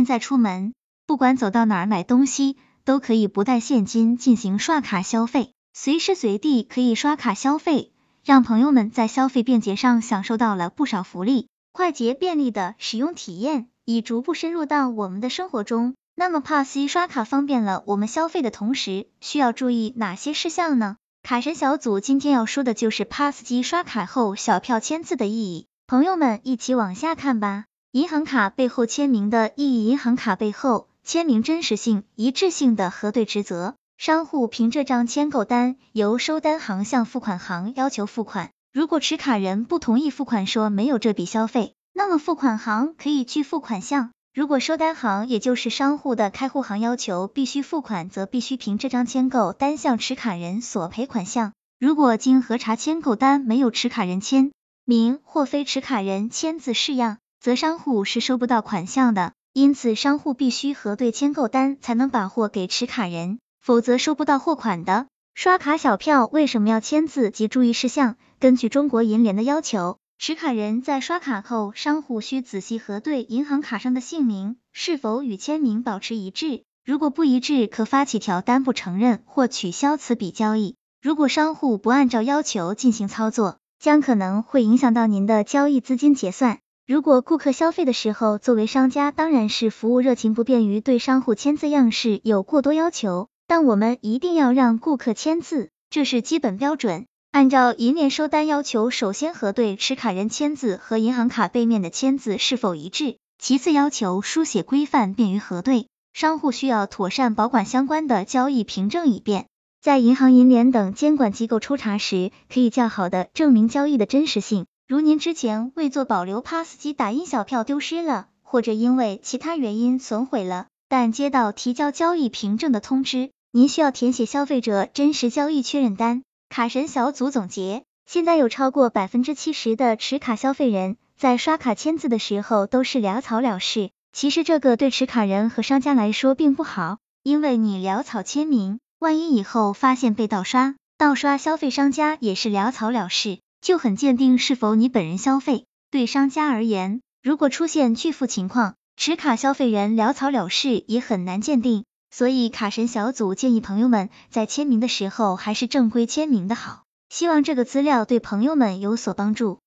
在出门，不管走到哪儿买东西，都可以不带现金进行刷卡消费，随时随地可以刷卡消费，让朋友们在消费便捷上享受到了不少福利。快捷便利的使用体验已逐步深入到我们的生活中，那么 PASS 刷卡方便了我们消费的同时，需要注意哪些事项呢？卡神小组今天要说的就是 PASS 机刷卡后小票签字的意义，朋友们一起往下看吧。银行卡背后签名的意义，银行卡背后签名真实性、一致性的核对职责。商户凭这张签购单，由收单行向付款行要求付款，如果持卡人不同意付款，说没有这笔消费，那么付款行可以拒付款项。如果收单行也就是商户的开户行要求必须付款，则必须凭这张签购单向持卡人索赔款项。如果经核查签购单没有持卡人签名或非持卡人签字式样，则商户是收不到款项的。因此商户必须核对签购单才能把货给持卡人，否则收不到货款的。刷卡小票为什么要签字及注意事项？根据中国银联的要求，持卡人在刷卡后，商户需仔细核对银行卡上的姓名是否与签名保持一致，如果不一致，可发起条单不承认或取消此笔交易。如果商户不按照要求进行操作，将可能会影响到您的交易资金结算。如果顾客消费的时候，作为商家当然是服务热情，不便于对商户签字样式有过多要求，但我们一定要让顾客签字，这是基本标准。按照银联收单要求，首先核对持卡人签字和银行卡背面的签字是否一致，其次要求书写规范，便于核对。商户需要妥善保管相关的交易凭证，以便在银行、银联等监管机构抽查时，可以较好的证明交易的真实性。如您之前未做保留 PASS 机打印小票丢失了，或者因为其他原因损毁了，但接到提交交易凭证的通知，您需要填写消费者真实交易确认单。卡神小组总结，现在有超过 70% 的持卡消费人在刷卡签字的时候都是潦草了事，其实这个对持卡人和商家来说并不好，因为你潦草签名，万一以后发现被盗刷消费，商家也是潦草了事，就很鉴定是否你本人消费。对商家而言，如果出现拒付情况，持卡消费人潦草了事也很难鉴定，所以卡神小组建议朋友们在签名的时候还是正规签名的好。希望这个资料对朋友们有所帮助。